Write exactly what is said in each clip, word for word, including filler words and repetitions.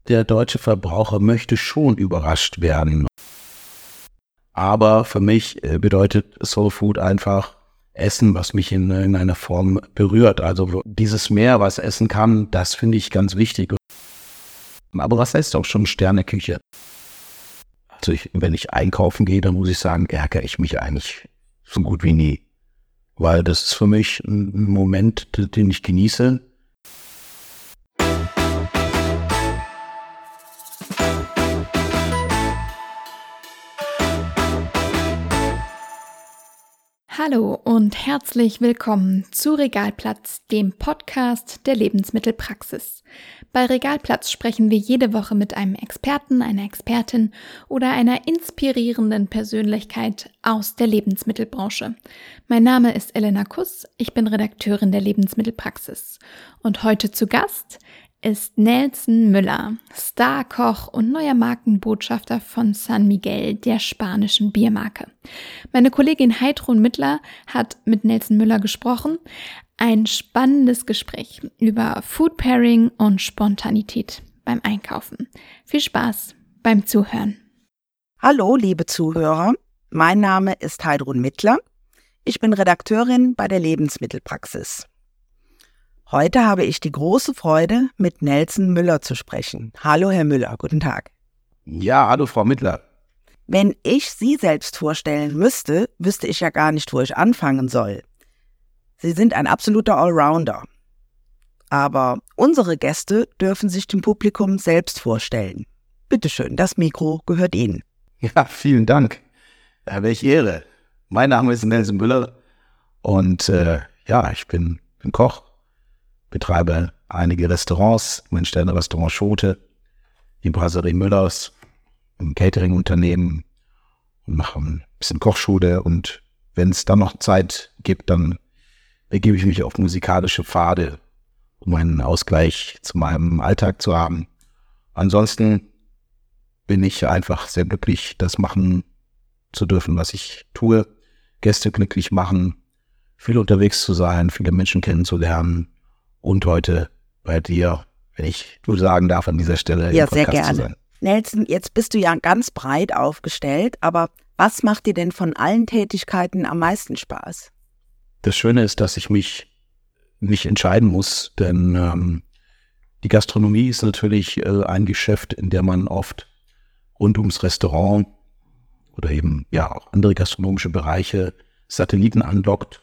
der deutsche Verbraucher möchte schon überrascht werden. Aber für mich äh, bedeutet Soul Food einfach Essen, was mich in, in einer Form berührt. Also dieses Mehr, was essen kann, das finde ich ganz wichtig. Aber was heißt auch schon Sterneküche? Also ich, wenn ich einkaufen gehe, dann muss ich sagen, ärgere ich mich eigentlich so gut wie nie. Weil das ist für mich ein Moment, den ich genieße. Hallo und herzlich willkommen zu Regalplatz, dem Podcast der Lebensmittelpraxis. Bei Regalplatz sprechen wir jede Woche mit einem Experten, einer Expertin oder einer inspirierenden Persönlichkeit aus der Lebensmittelbranche. Mein Name ist Elena Kuss, ich bin Redakteurin der Lebensmittelpraxis. Und heute zu Gast ist Nelson Müller, Starkoch und neuer Markenbotschafter von San Miguel, der spanischen Biermarke. Meine Kollegin Heidrun Mittler hat mit Nelson Müller gesprochen. Ein spannendes Gespräch über Food Pairing und Spontanität beim Einkaufen. Viel Spaß beim Zuhören. Hallo, liebe Zuhörer. Mein Name ist Heidrun Mittler. Ich bin Redakteurin bei der Lebensmittelpraxis. Heute habe ich die große Freude, mit Nelson Müller zu sprechen. Hallo, Herr Müller, guten Tag. Ja, hallo, Frau Mittler. Wenn ich Sie selbst vorstellen müsste, wüsste ich ja gar nicht, wo ich anfangen soll. Sie sind ein absoluter Allrounder. Aber unsere Gäste dürfen sich dem Publikum selbst vorstellen. Bitte schön, das Mikro gehört Ihnen. Ja, vielen Dank. Ja, welche Ehre. Mein Name ist Nelson Müller und äh, ja, ich bin, bin Koch. Betreibe einige Restaurants, mein Sterne-Restaurant Schote, die Brasserie Müllers, ein Catering-Unternehmen und mache ein bisschen Kochschule. Und wenn es dann noch Zeit gibt, dann begebe ich mich auf musikalische Pfade, um einen Ausgleich zu meinem Alltag zu haben. Ansonsten bin ich einfach sehr glücklich, das machen zu dürfen, was ich tue, Gäste glücklich machen, viel unterwegs zu sein, viele Menschen kennenzulernen. Und heute bei dir, wenn ich nur sagen darf, an dieser Stelle ja, im Podcast sehr gerne. zu sein. Nelson, jetzt bist du ja ganz breit aufgestellt, aber was macht dir denn von allen Tätigkeiten am meisten Spaß? Das Schöne ist, dass ich mich nicht entscheiden muss, denn ähm, die Gastronomie ist natürlich äh, ein Geschäft, in der man oft rund ums Restaurant oder eben ja auch andere gastronomische Bereiche Satelliten anlockt,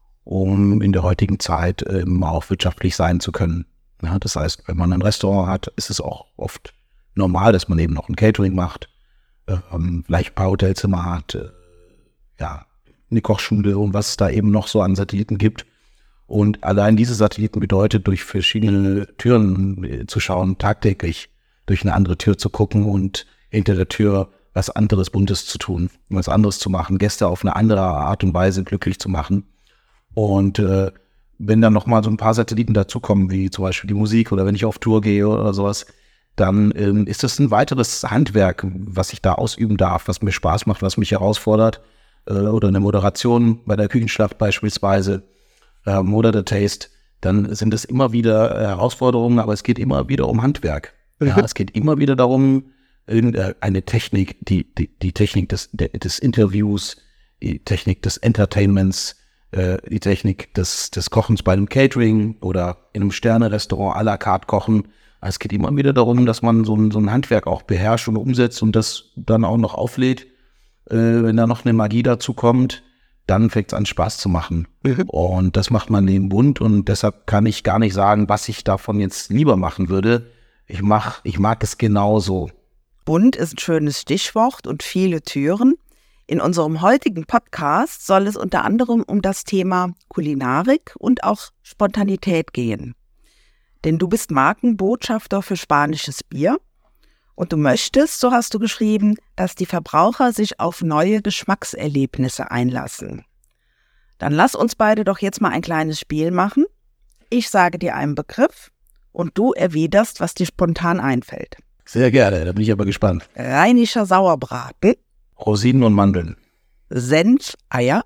um in der heutigen Zeit ähm, auch wirtschaftlich sein zu können. Ja, das heißt, wenn man ein Restaurant hat, ist es auch oft normal, dass man eben noch ein Catering macht, ähm, vielleicht ein paar Hotelzimmer hat, äh, ja, eine Kochschule und was es da eben noch so an Satelliten gibt. Und allein diese Satelliten bedeutet, durch verschiedene Türen äh, zu schauen, tagtäglich durch eine andere Tür zu gucken und hinter der Tür was anderes Buntes zu tun, was anderes zu machen, Gäste auf eine andere Art und Weise glücklich zu machen. Und äh, wenn dann nochmal so ein paar Satelliten dazukommen, wie zum Beispiel die Musik oder wenn ich auf Tour gehe oder sowas, dann ähm, ist das ein weiteres Handwerk, was ich da ausüben darf, was mir Spaß macht, was mich herausfordert. Äh, oder eine Moderation bei der Küchenschlacht beispielsweise ähm, oder der Taste. Dann sind es immer wieder äh, Herausforderungen, aber es geht immer wieder um Handwerk. Ja, es geht immer wieder darum, eine Technik, die, die, die Technik des, des Interviews, die Technik des Entertainments, die Technik des, des Kochens bei einem Catering oder in einem Sterne-Restaurant à la carte kochen. Es geht immer wieder darum, dass man so ein, so ein Handwerk auch beherrscht und umsetzt und das dann auch noch auflädt. Äh, wenn da noch eine Magie dazu kommt, dann fängt es an Spaß zu machen. Mhm. Und das macht mein Leben bunt und deshalb kann ich gar nicht sagen, was ich davon jetzt lieber machen würde. Ich, mach, ich mag es genauso. Bunt ist ein schönes Stichwort und viele Türen. In unserem heutigen Podcast soll es unter anderem um das Thema Kulinarik und auch Spontanität gehen. Denn du bist Markenbotschafter für spanisches Bier und du möchtest, so hast du geschrieben, dass die Verbraucher sich auf neue Geschmackserlebnisse einlassen. Dann lass uns beide doch jetzt mal ein kleines Spiel machen. Ich sage dir einen Begriff und du erwiderst, was dir spontan einfällt. Sehr gerne, da bin ich aber gespannt. Rheinischer Sauerbraten. Rosinen und Mandeln. Senf, Eier.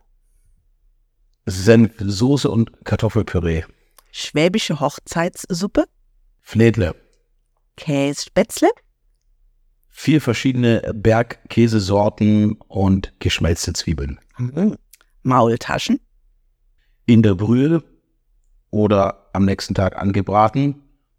Senf, Soße und Kartoffelpüree. Schwäbische Hochzeitssuppe. Fledle. Kässpätzle? Vier verschiedene Bergkäsesorten und geschmelzte Zwiebeln. Mhm. Maultaschen? In der Brühe oder am nächsten Tag angebraten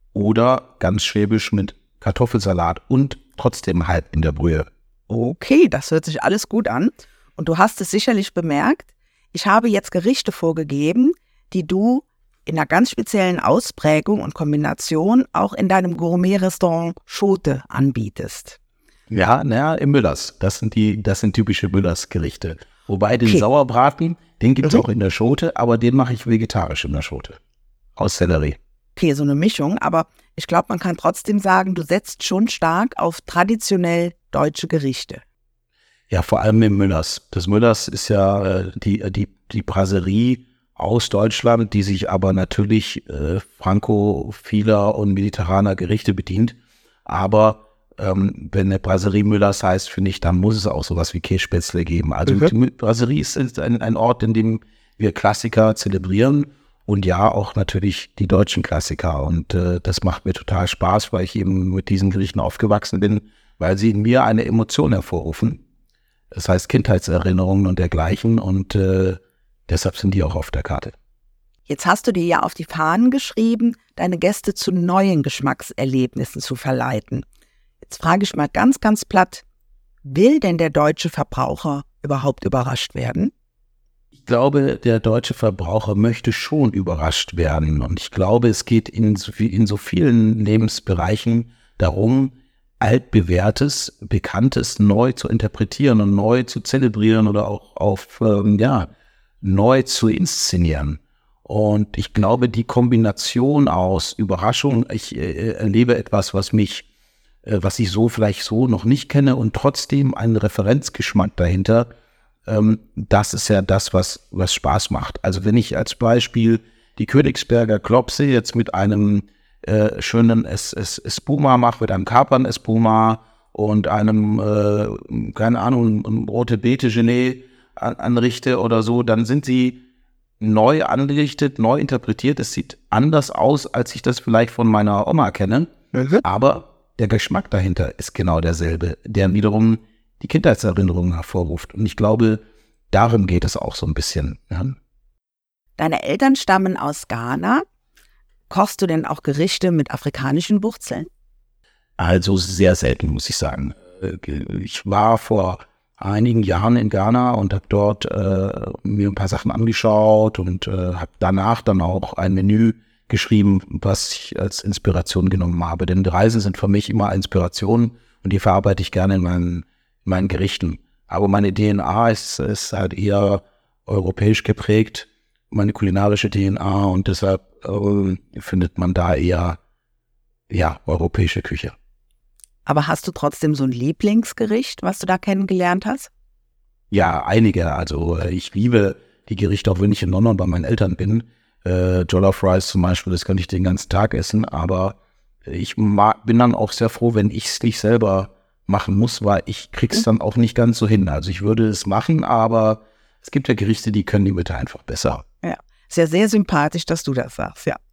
oder ganz schwäbisch mit Kartoffelsalat und trotzdem halb in der Brühe. Okay, das hört sich alles gut an. Und du hast es sicherlich bemerkt, ich habe jetzt Gerichte vorgegeben, die du in einer ganz speziellen Ausprägung und Kombination auch in deinem Gourmet-Restaurant Schote anbietest. Ja, naja, im Müllers. Das sind die, das sind typische Müllers-Gerichte. Wobei den Okay. Sauerbraten, den gibt es Mhm. auch in der Schote, aber den mache ich vegetarisch in der Schote. Aus Sellerie. Okay, so eine Mischung, aber ich glaube, man kann trotzdem sagen, du setzt schon stark auf traditionell deutsche Gerichte. Ja, vor allem im Müllers. Das Müllers ist ja äh, die, die, die Brasserie aus Deutschland, die sich aber natürlich äh, frankophiler und mediterraner Gerichte bedient. Aber ähm, wenn eine Brasserie Müllers heißt, finde ich, dann muss es auch sowas wie Kässpätzle geben. Also Mhm. die Mü- Brasserie ist ist ein, ein Ort, in dem wir Klassiker zelebrieren und ja, auch natürlich die deutschen Klassiker. Und äh, das macht mir total Spaß, weil ich eben mit diesen Gerichten aufgewachsen bin, weil sie in mir eine Emotion hervorrufen. Das heißt Kindheitserinnerungen und dergleichen und äh, deshalb sind die auch auf der Karte. Jetzt hast du dir ja auf die Fahnen geschrieben, deine Gäste zu neuen Geschmackserlebnissen zu verleiten. Jetzt frage ich mal ganz, ganz platt, will denn der deutsche Verbraucher überhaupt überrascht werden? Ich glaube, der deutsche Verbraucher möchte schon überrascht werden und ich glaube, es geht in so, viel, in so vielen Lebensbereichen darum, altbewährtes, bekanntes neu zu interpretieren und neu zu zelebrieren oder auch auf, ähm, ja, neu zu inszenieren. Und ich glaube, die Kombination aus Überraschung, ich äh, erlebe etwas, was mich, äh, was ich so vielleicht so noch nicht kenne und trotzdem einen Referenzgeschmack dahinter, ähm, das ist ja das, was, was Spaß macht. Also wenn ich als Beispiel die Königsberger Klopse jetzt mit einem äh, schönen es, es, Espuma mache, mit einem Kapern-Espuma und einem, äh, keine Ahnung, einem rote Beete-Gelee an, anrichte oder so, dann sind sie neu angerichtet, neu interpretiert. Es sieht anders aus, als ich das vielleicht von meiner Oma kenne. Mhm. Aber der Geschmack dahinter ist genau derselbe, der wiederum die Kindheitserinnerungen hervorruft. Und ich glaube, darum geht es auch so ein bisschen. Ja. Deine Eltern stammen aus Ghana. Kochst du denn auch Gerichte mit afrikanischen Wurzeln? Also sehr selten, muss ich sagen. Ich war vor einigen Jahren in Ghana und habe dort äh, mir ein paar Sachen angeschaut und äh, habe danach dann auch ein Menü geschrieben, was ich als Inspiration genommen habe. Denn Reisen sind für mich immer Inspiration und die verarbeite ich gerne in meinen, in meinen Gerichten. Aber meine D N A ist, ist halt eher europäisch geprägt, meine kulinarische D N A und deshalb äh, findet man da eher ja, europäische Küche. Aber hast du trotzdem so ein Lieblingsgericht, was du da kennengelernt hast? Ja, einige. Also äh, ich liebe die Gerichte, auch wenn ich in London bei meinen Eltern bin. Äh, Jollof Rice zum Beispiel, das kann ich den ganzen Tag essen. Aber ich mag, bin dann auch sehr froh, wenn ich es nicht selber machen muss, weil ich krieg's dann auch nicht ganz so hin. Also ich würde es machen, aber es gibt ja Gerichte, die können die bitte einfach besser. Ja, ist ja sehr sympathisch, dass du das sagst, ja.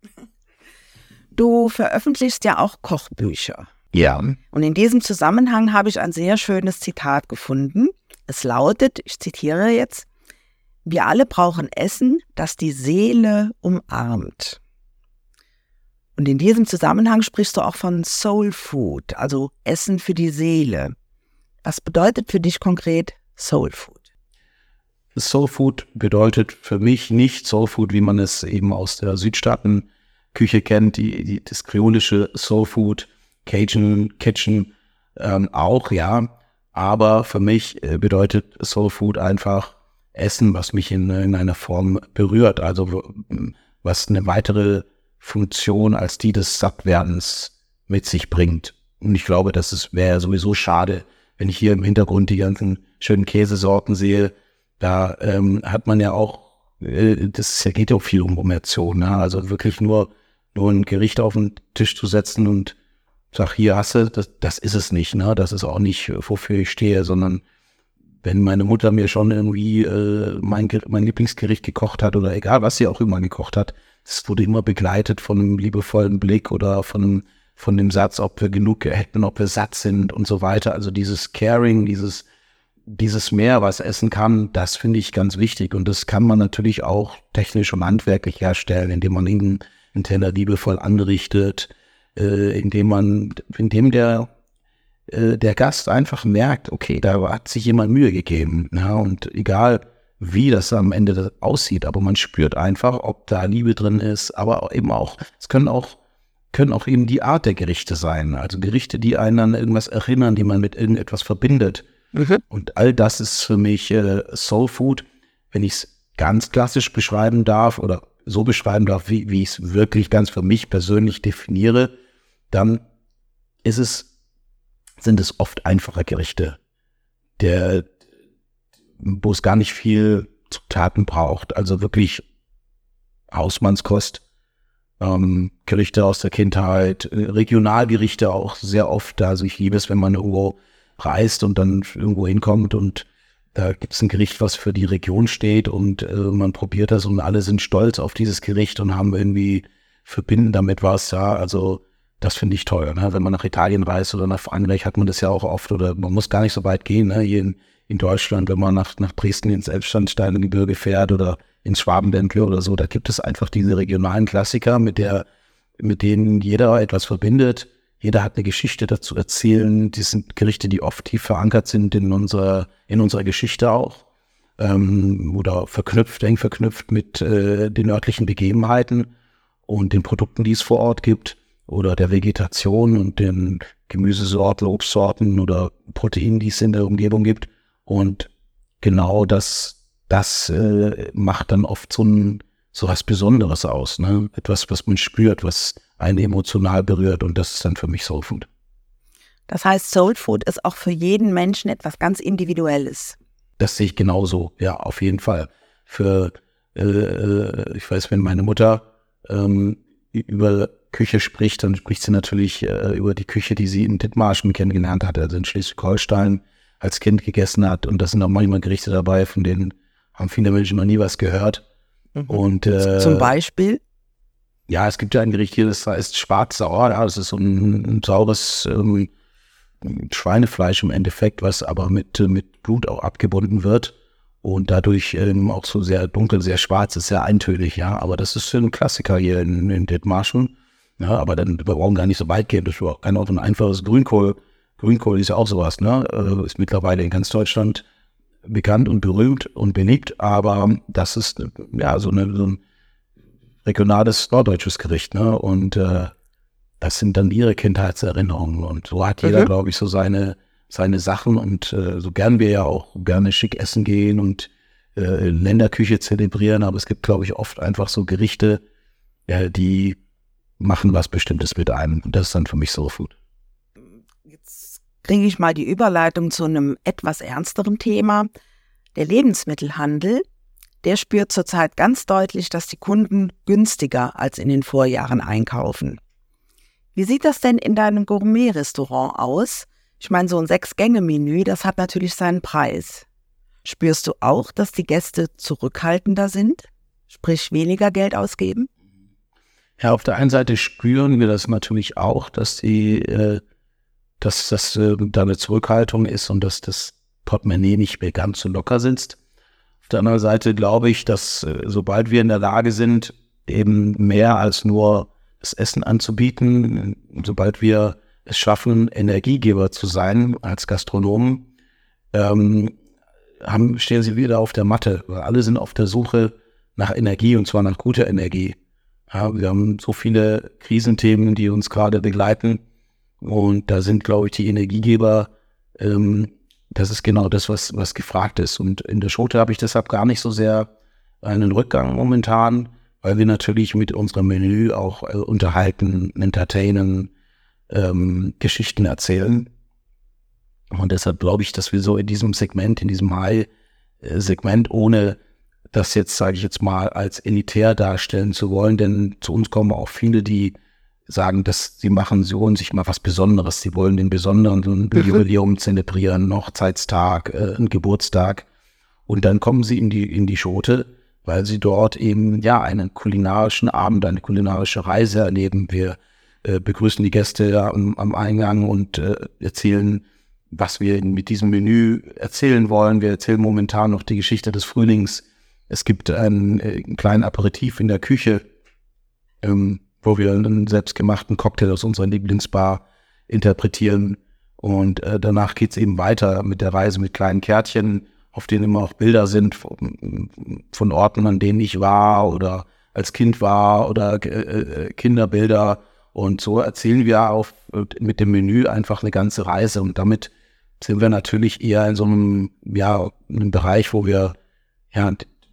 Du veröffentlichst ja auch Kochbücher. Ja. Und in diesem Zusammenhang habe ich ein sehr schönes Zitat gefunden. Es lautet, ich zitiere jetzt, wir alle brauchen Essen, das die Seele umarmt. Und in diesem Zusammenhang sprichst du auch von Soul Food, also Essen für die Seele. Was bedeutet für dich konkret Soul Food? Soul Food bedeutet für mich nicht Soul Food, wie man es eben aus der Südstaatenküche kennt, die, die, das kreolische Soul Food, Cajun Kitchen ähm, auch, ja. Aber für mich äh, bedeutet Soul Food einfach Essen, was mich in, in einer Form berührt. Also was eine weitere Funktion als die des Sattwerdens mit sich bringt. Und ich glaube, das wäre sowieso schade, wenn ich hier im Hintergrund die ganzen schönen Käsesorten sehe. Da ähm, hat man ja auch, äh, das geht ja auch viel um Emotionen. Ne? Also wirklich nur, nur ein Gericht auf den Tisch zu setzen und sag, hier hast du, das, das ist es nicht, ne? Das ist auch nicht, wofür ich stehe, sondern wenn meine Mutter mir schon irgendwie äh, mein, mein Lieblingsgericht gekocht hat oder egal, was sie auch immer gekocht hat, es wurde immer begleitet von einem liebevollen Blick oder von einem von dem Satz, ob wir genug hätten, ob wir satt sind und so weiter. Also dieses Caring, dieses, dieses Mehr, was Essen kann, das finde ich ganz wichtig. Und das kann man natürlich auch technisch und handwerklich herstellen, indem man ihn einen Teller liebevoll anrichtet, äh, indem man, indem der der Gast einfach merkt, okay, da hat sich jemand Mühe gegeben. Ja, und egal, wie das am Ende aussieht, aber man spürt einfach, ob da Liebe drin ist, aber eben auch, es können auch, können auch eben die Art der Gerichte sein. Also Gerichte, die einen an irgendwas erinnern, die man mit irgendetwas verbindet. Mhm. Und all das ist für mich äh, Soul Food, wenn ich es ganz klassisch beschreiben darf oder so beschreiben darf, wie, wie ich es wirklich ganz für mich persönlich definiere, dann ist es sind es oft einfache Gerichte, der, wo es gar nicht viel Zutaten braucht. Also wirklich Hausmannskost, ähm, Gerichte aus der Kindheit, Regionalgerichte auch sehr oft. Also ich liebe es, wenn man irgendwo reist und dann irgendwo hinkommt und da gibt es ein Gericht, was für die Region steht und äh, man probiert das und alle sind stolz auf dieses Gericht und haben irgendwie, verbinden damit was, ja, also das finde ich toll, ne? Wenn man nach Italien reist oder nach Frankreich, hat man das ja auch oft, oder man muss gar nicht so weit gehen, ne? Hier in, in Deutschland, wenn man nach, nach Dresden ins Elbsandsteingebirge fährt oder ins Schwabenländle oder so, da gibt es einfach diese regionalen Klassiker, mit der, mit denen jeder etwas verbindet. Jeder hat eine Geschichte dazu erzählen. Die sind Gerichte, die oft tief verankert sind in unserer, in unserer Geschichte auch, ähm, oder verknüpft, eng verknüpft mit äh, den örtlichen Begebenheiten und den Produkten, die es vor Ort gibt, oder der Vegetation und den Gemüsesorten, Obstsorten oder Proteinen, die es in der Umgebung gibt. Und genau das, das äh, macht dann oft so ein so was Besonderes aus, ne? Etwas, was man spürt, was einen emotional berührt, und das ist dann für mich Soul Food. Das heißt, Soul Food ist auch für jeden Menschen etwas ganz Individuelles. Das sehe ich genauso, ja, auf jeden Fall. Für, äh, ich weiß, wenn meine Mutter ähm, über Küche spricht, dann spricht sie natürlich äh, über die Küche, die sie in Dithmarschen kennengelernt hat, also in Schleswig-Holstein als Kind gegessen hat. Und da sind auch manchmal Gerichte dabei, von denen haben viele Menschen noch nie was gehört. Mhm. Und äh, zum Beispiel? Ja, es gibt ja ein Gericht hier, das heißt schwarz-sauer. Ja, das ist so ein, ein saures ähm, Schweinefleisch im Endeffekt, was aber mit, mit Blut auch abgebunden wird und dadurch ähm, auch so sehr dunkel, sehr schwarz ist, sehr eintönig. Ja, aber das ist ein Klassiker hier in, in Dithmarschen. Ja, aber dann, wir brauchen gar nicht so weit gehen. Das kann auch ein einfaches Grünkohl. Grünkohl ist ja auch sowas, ne? Äh, ist mittlerweile in ganz Deutschland bekannt und berühmt und beliebt, aber das ist ja so, eine, so ein regionales norddeutsches Gericht, ne? Und äh, das sind dann ihre Kindheitserinnerungen. Und so hat jeder, mhm. glaube ich, so seine, seine Sachen. Und äh, so gern wir ja auch gerne schick essen gehen und äh, Länderküche zelebrieren, aber es gibt, glaube ich, oft einfach so Gerichte, äh, die machen was Bestimmtes mit einem. Und das ist dann für mich Soul Food. Jetzt kriege ich mal die Überleitung zu einem etwas ernsteren Thema. Der Lebensmittelhandel, der spürt zurzeit ganz deutlich, dass die Kunden günstiger als in den Vorjahren einkaufen. Wie sieht das denn in deinem Gourmet-Restaurant aus? Ich meine, so ein Sechs-Gänge-Menü, das hat natürlich seinen Preis. Spürst du auch, dass die Gäste zurückhaltender sind, sprich weniger Geld ausgeben? Ja, auf der einen Seite spüren wir das natürlich auch, dass die, äh, dass das äh, da eine Zurückhaltung ist und dass das Portemonnaie nicht mehr ganz so locker sitzt. Auf der anderen Seite glaube ich, dass äh, sobald wir in der Lage sind, eben mehr als nur das Essen anzubieten, sobald wir es schaffen, Energiegeber zu sein als Gastronomen, ähm, haben, stehen sie wieder auf der Matte. Weil alle sind auf der Suche nach Energie, und zwar nach guter Energie. Ja, wir haben so viele Krisenthemen, die uns gerade begleiten, und da sind, glaube ich, die Energiegeber, ähm, das ist genau das, was, was gefragt ist. Und in der Schote habe ich deshalb gar nicht so sehr einen Rückgang momentan, weil wir natürlich mit unserem Menü auch äh, unterhalten, entertainen, ähm, Geschichten erzählen. Und deshalb glaube ich, dass wir so in diesem Segment, in diesem High-Segment, ohne das jetzt, sage ich jetzt mal, als elitär darstellen zu wollen, denn zu uns kommen auch viele, die sagen, dass sie machen, sie holen sich mal was Besonderes, sie wollen den besonderen so ein Jubiläum zelebrieren, einen Hochzeitstag, äh, einen Geburtstag, und dann kommen sie in die in die Schote, weil sie dort eben ja einen kulinarischen Abend, eine kulinarische Reise erleben. Wir äh, begrüßen die Gäste am, am Eingang und äh, erzählen, was wir mit diesem Menü erzählen wollen. Wir erzählen momentan noch die Geschichte des Frühlings. Es gibt einen, äh, einen kleinen Aperitif in der Küche, ähm, wo wir einen selbstgemachten Cocktail aus unserer Lieblingsbar interpretieren. Und äh, danach geht's eben weiter mit der Reise mit kleinen Kärtchen, auf denen immer auch Bilder sind von, von Orten, an denen ich war oder als Kind war oder äh, Kinderbilder. Und so erzählen wir auf, mit dem Menü einfach eine ganze Reise. Und damit sind wir natürlich eher in so einem, ja, einem Bereich, wo wir ja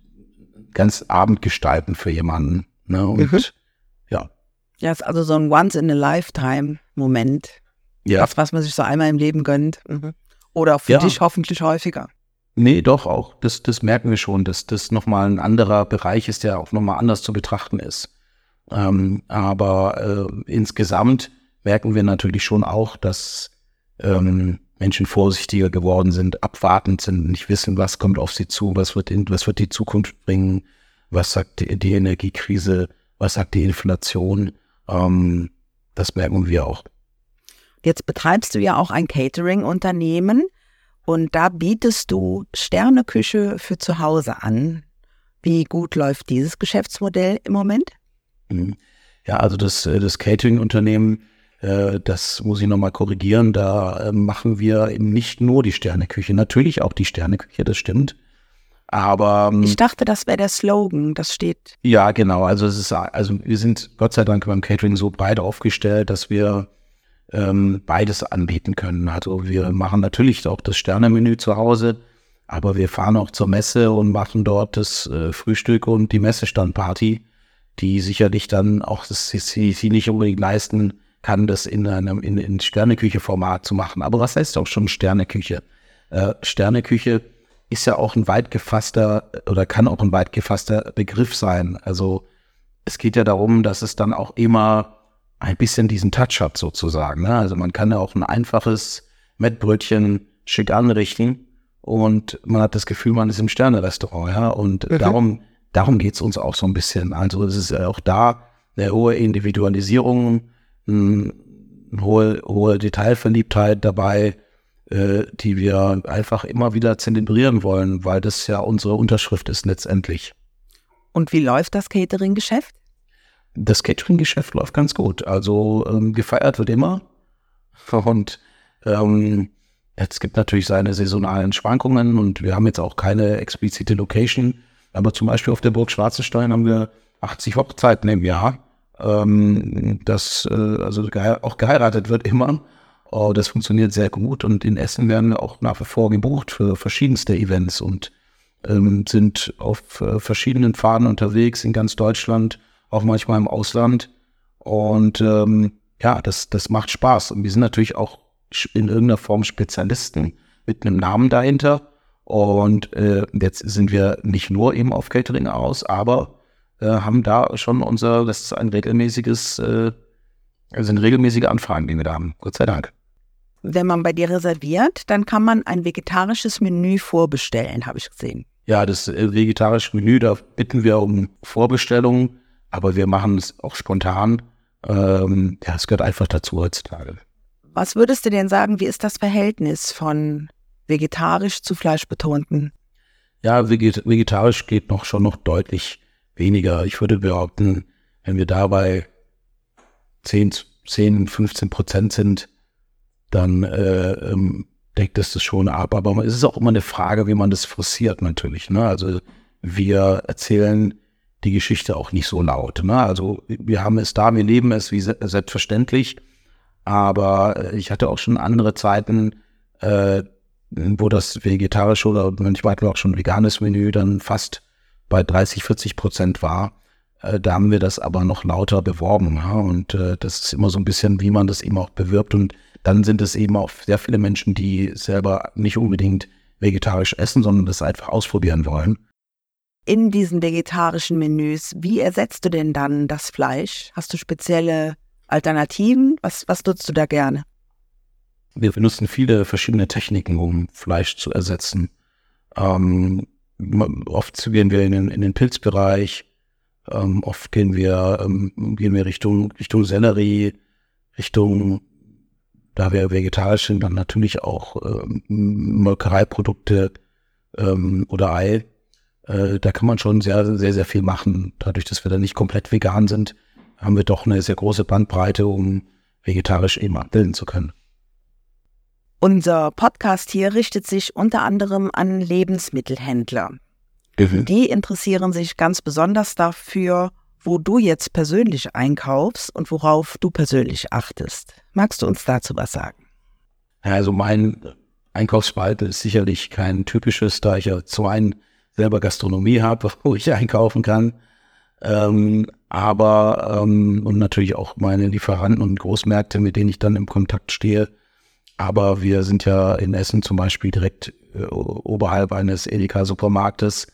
ganz Abend gestalten für jemanden. Ne? Und mhm. ja. Ja, ist also so ein Once-in-a-Lifetime-Moment. Ja. Das, was man sich so einmal im Leben gönnt. Mhm. Oder für ja. dich hoffentlich häufiger. Nee, doch auch. Das, das merken wir schon, dass das nochmal ein anderer Bereich ist, der auch nochmal anders zu betrachten ist. Ähm, aber äh, insgesamt merken wir natürlich schon auch, dass ähm, Menschen vorsichtiger geworden sind, abwartend sind, nicht wissen, was kommt auf sie zu, was wird, in, was wird die Zukunft bringen, was sagt die, die Energiekrise, was sagt die Inflation. Ähm, das merken wir auch. Jetzt betreibst du ja auch ein Catering-Unternehmen und da bietest du Sterneküche für zu Hause an. Wie gut läuft dieses Geschäftsmodell im Moment? Ja, also das, das Catering-Unternehmen, äh, das muss ich nochmal korrigieren, da äh, machen wir eben nicht nur die Sterneküche, natürlich auch die Sterneküche, das stimmt. Aber ähm, ich dachte, das wäre der Slogan, das steht. Ja, genau, also es ist, also wir sind Gott sei Dank beim Catering so breit aufgestellt, dass wir ähm, beides anbieten können. Also wir machen natürlich auch das Sternemenü zu Hause, aber wir fahren auch zur Messe und machen dort das äh, Frühstück und die Messestandparty, die sicherlich dann auch das sie, sie nicht unbedingt leisten kann, das in einem in, in Sterneküche-Format zu machen. Aber was heißt auch schon Sterneküche? Äh, Sterneküche ist ja auch ein weit gefasster oder kann auch ein weit gefasster Begriff sein. Also es geht ja darum, dass es dann auch immer ein bisschen diesen Touch hat sozusagen. Ne? Also man kann ja auch ein einfaches Mettbrötchen schick anrichten und man hat das Gefühl, man ist im Sterne-Restaurant. Ja? Und mhm. darum, darum geht es uns auch so ein bisschen. Also es ist ja auch da eine hohe Individualisierung, eine hohe, hohe Detailverliebtheit dabei, äh, die wir einfach immer wieder zelebrieren wollen, weil das ja unsere Unterschrift ist letztendlich. Und wie läuft das Catering-Geschäft? Das Catering-Geschäft läuft ganz gut. Also ähm, gefeiert wird immer. Und ähm, es gibt natürlich seine saisonalen Schwankungen und wir haben jetzt auch keine explizite Location. Aber zum Beispiel auf der Burg Schwarzenstein haben wir achtzig Hochzeiten im Jahr. Ähm, das äh, also gehe- auch geheiratet wird immer. Oh, das funktioniert sehr gut. Und in Essen werden wir auch nach wie vor gebucht für verschiedenste Events und ähm, sind auf äh, verschiedenen Pfaden unterwegs in ganz Deutschland, auch manchmal im Ausland. Und ähm, ja, das, das macht Spaß. Und wir sind natürlich auch in irgendeiner Form Spezialisten mit einem Namen dahinter. Und äh, jetzt sind wir nicht nur eben auf Catering aus, aber äh, haben da schon unser, das ist ein regelmäßiges, äh, also sind regelmäßige Anfragen, die wir da haben. Gott sei Dank. Wenn man bei dir reserviert, dann kann man ein vegetarisches Menü vorbestellen, habe ich gesehen. Ja, das äh, vegetarische Menü, da bitten wir um Vorbestellungen. Aber wir machen es auch spontan. Ähm, ja, es gehört einfach dazu heutzutage. Was würdest du denn sagen, wie ist das Verhältnis von vegetarisch zu fleischbetonten? Ja, veget- vegetarisch geht noch schon noch deutlich weniger. Ich würde behaupten, wenn wir da bei zehn, fünfzehn Prozent sind, dann äh, ähm, deckt es das schon ab. Aber es ist auch immer eine Frage, wie man das forciert natürlich. Ne? Also wir erzählen die Geschichte auch nicht so laut. Ne? Also wir haben es da, wir leben es wie se- selbstverständlich, aber ich hatte auch schon andere Zeiten, äh, wo das vegetarische oder manchmal auch schon veganes Menü dann fast bei dreißig, vierzig Prozent war. Äh, da haben wir das aber noch lauter beworben. Ja? Und äh, das ist immer so ein bisschen, wie man das eben auch bewirbt. Und dann sind es eben auch sehr viele Menschen, die selber nicht unbedingt vegetarisch essen, sondern das einfach ausprobieren wollen. In diesen vegetarischen Menüs, wie ersetzt du denn dann das Fleisch? Hast du spezielle Alternativen? Was, was nutzt du da gerne? Wir benutzen viele verschiedene Techniken, um Fleisch zu ersetzen. Ähm, oft gehen wir in den, in den Pilzbereich, ähm, oft gehen wir, ähm, gehen wir Richtung, Richtung Sellerie. Richtung, da wir vegetarisch sind, dann natürlich auch ähm, Molkereiprodukte ähm, oder Ei. Äh, da kann man schon sehr, sehr, sehr viel machen. Dadurch, dass wir da nicht komplett vegan sind, haben wir doch eine sehr große Bandbreite, um vegetarisch eben abbilden zu können. Unser Podcast hier richtet sich unter anderem an Lebensmittelhändler. Mhm. Die interessieren sich ganz besonders dafür, wo du jetzt persönlich einkaufst und worauf du persönlich achtest. Magst du uns dazu was sagen? Also mein Einkaufsverhalten ist sicherlich kein typisches, da ich ja zum einen selber Gastronomie habe, wo ich einkaufen kann, ähm, aber ähm, und natürlich auch meine Lieferanten und Großmärkte, mit denen ich dann im Kontakt stehe. Aber wir sind ja in Essen zum Beispiel direkt äh, oberhalb eines Edeka-Supermarktes,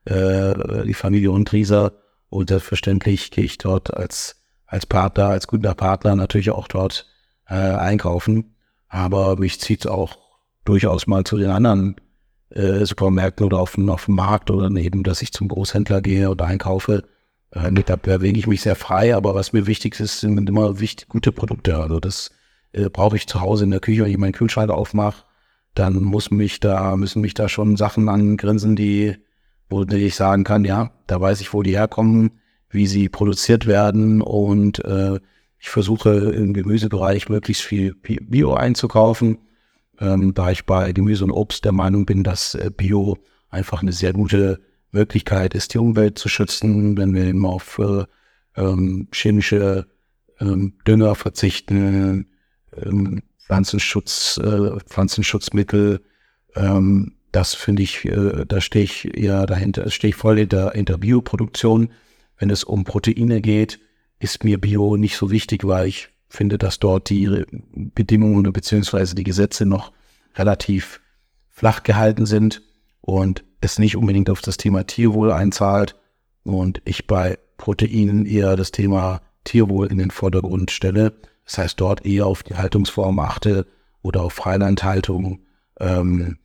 äh, die Familie Rundrieser. Und selbstverständlich gehe ich dort als als Partner, als guter Partner natürlich auch dort äh, einkaufen. Aber mich zieht es auch durchaus mal zu den anderen äh, Supermärkten oder auf den, auf den Markt oder eben, dass ich zum Großhändler gehe oder einkaufe. Äh, da bewege ich mich sehr frei, aber was mir wichtig ist, sind immer wichtig, gute Produkte. Also das äh, brauche ich zu Hause in der Küche, wenn ich meinen Kühlschrank aufmache, dann muss mich da, müssen mich da schon Sachen angrinsen, die, wo ich sagen kann, ja, da weiß ich, wo die herkommen, wie sie produziert werden und äh, ich versuche im Gemüsebereich möglichst viel Bio einzukaufen, ähm, da ich bei Gemüse und Obst der Meinung bin, dass äh, Bio einfach eine sehr gute Möglichkeit ist, die Umwelt zu schützen, wenn wir eben auf äh, ähm, chemische ähm, Dünger verzichten, ähm, Pflanzenschutz, äh, Pflanzenschutzmittel, ähm, das finde ich, äh, da stehe ich eher dahinter, stehe ich voll hinter, hinter Bioproduktion. Wenn es um Proteine geht, ist mir Bio nicht so wichtig, weil ich finde, dass dort die Bedingungen bzw. die Gesetze noch relativ flach gehalten sind und es nicht unbedingt auf das Thema Tierwohl einzahlt und ich bei Proteinen eher das Thema Tierwohl in den Vordergrund stelle. Das heißt, dort eher auf die Haltungsform achte oder auf Freilandhaltung, ähm,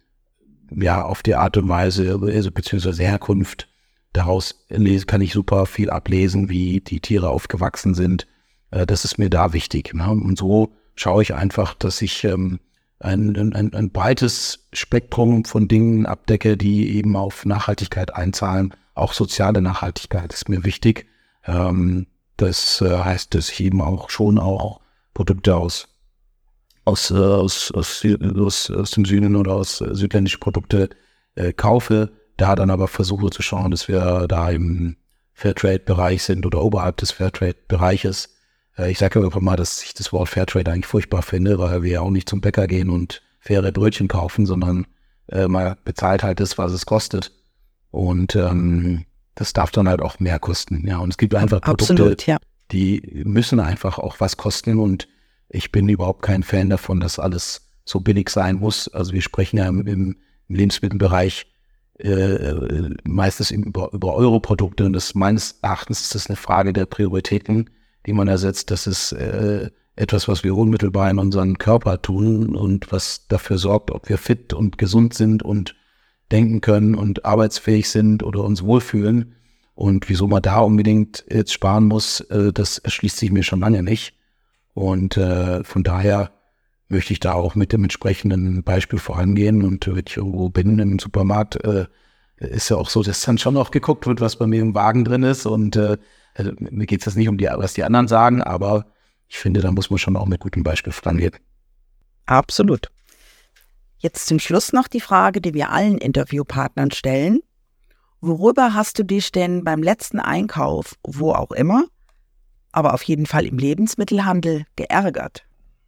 ja, auf die Art und Weise, also beziehungsweise Herkunft. Daraus kann ich super viel ablesen, wie die Tiere aufgewachsen sind. Äh, das ist mir da wichtig. Ne? Und so schaue ich einfach, dass ich ähm, ein, ein, ein breites Spektrum von Dingen abdecke, die eben auf Nachhaltigkeit einzahlen. Auch soziale Nachhaltigkeit ist mir wichtig. Ähm, das äh, heißt, dass ich eben auch schon auch Produkte aus aus, äh, aus, aus, aus, aus dem Süden oder aus äh, südländischen Produkte äh, kaufe, da dann aber versuche zu schauen, dass wir da im Fairtrade-Bereich sind oder oberhalb des Fairtrade-Bereiches. Äh, ich sage einfach mal, dass ich das Wort Fairtrade eigentlich furchtbar finde, weil wir ja auch nicht zum Bäcker gehen und faire Brötchen kaufen, sondern äh, man bezahlt halt das, was es kostet. Und ähm, das darf dann halt auch mehr kosten. Ja, und es gibt einfach Produkte, Absolut, ja. Die müssen einfach auch was kosten und ich bin überhaupt kein Fan davon, dass alles so billig sein muss. Also wir sprechen ja im, im Lebensmittelbereich äh, meistens über, über Europrodukte und das meines Erachtens ist das eine Frage der Prioritäten, die man ersetzt. Das ist äh, etwas, was wir unmittelbar in unseren Körper tun und was dafür sorgt, ob wir fit und gesund sind und denken können und arbeitsfähig sind oder uns wohlfühlen. Und wieso man da unbedingt jetzt sparen muss, äh, das erschließt sich mir schon lange nicht. Und äh, von daher möchte ich da auch mit dem entsprechenden Beispiel vorangehen. Und wenn ich irgendwo bin im Supermarkt, äh, ist ja auch so, dass dann schon auch geguckt wird, was bei mir im Wagen drin ist. Und äh, also, mir geht es jetzt nicht um die, was die anderen sagen, aber ich finde, da muss man schon auch mit gutem Beispiel vorangehen. Absolut. Jetzt zum Schluss noch die Frage, die wir allen Interviewpartnern stellen. Worüber hast du dich denn beim letzten Einkauf, wo auch immer, aber auf jeden Fall im Lebensmittelhandel, geärgert?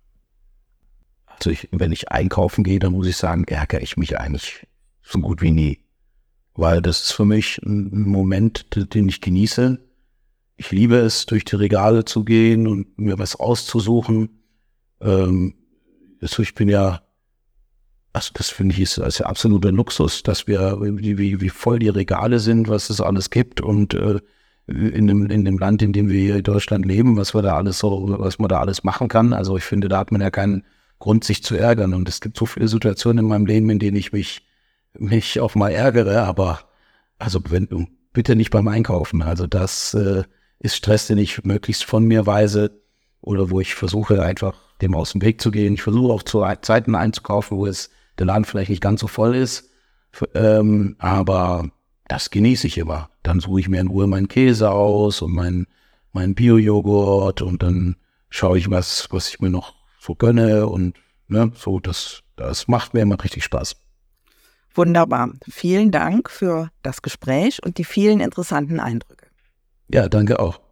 Also ich, wenn ich einkaufen gehe, dann muss ich sagen, ärgere ich mich eigentlich so gut wie nie. Weil das ist für mich ein Moment, den ich genieße. Ich liebe es, durch die Regale zu gehen und mir was auszusuchen. Ähm, also ich bin ja Also das finde ich ist, ist ja absoluter Luxus, dass wir, wie, wie, wie voll die Regale sind, was es alles gibt und äh, in dem, in dem Land, in dem wir hier in Deutschland leben, was wir da alles so, was man da alles machen kann. Also ich finde, da hat man ja keinen Grund, sich zu ärgern. Und es gibt so viele Situationen in meinem Leben, in denen ich mich, mich auch mal ärgere, aber also wenn, bitte nicht beim Einkaufen. Also das äh, ist Stress, den ich möglichst von mir weise. oder wo ich versuche einfach dem aus dem Weg zu gehen. Ich versuche auch zu Zeiten einzukaufen, wo es der Laden vielleicht nicht ganz so voll ist, ähm, aber das genieße ich immer. Dann suche ich mir in Ruhe meinen Käse aus und meinen mein Bio-Joghurt und dann schaue ich, was, was ich mir noch so gönne und ne, so, das, das macht mir immer richtig Spaß. Wunderbar. Vielen Dank für das Gespräch und die vielen interessanten Eindrücke. Ja, danke auch.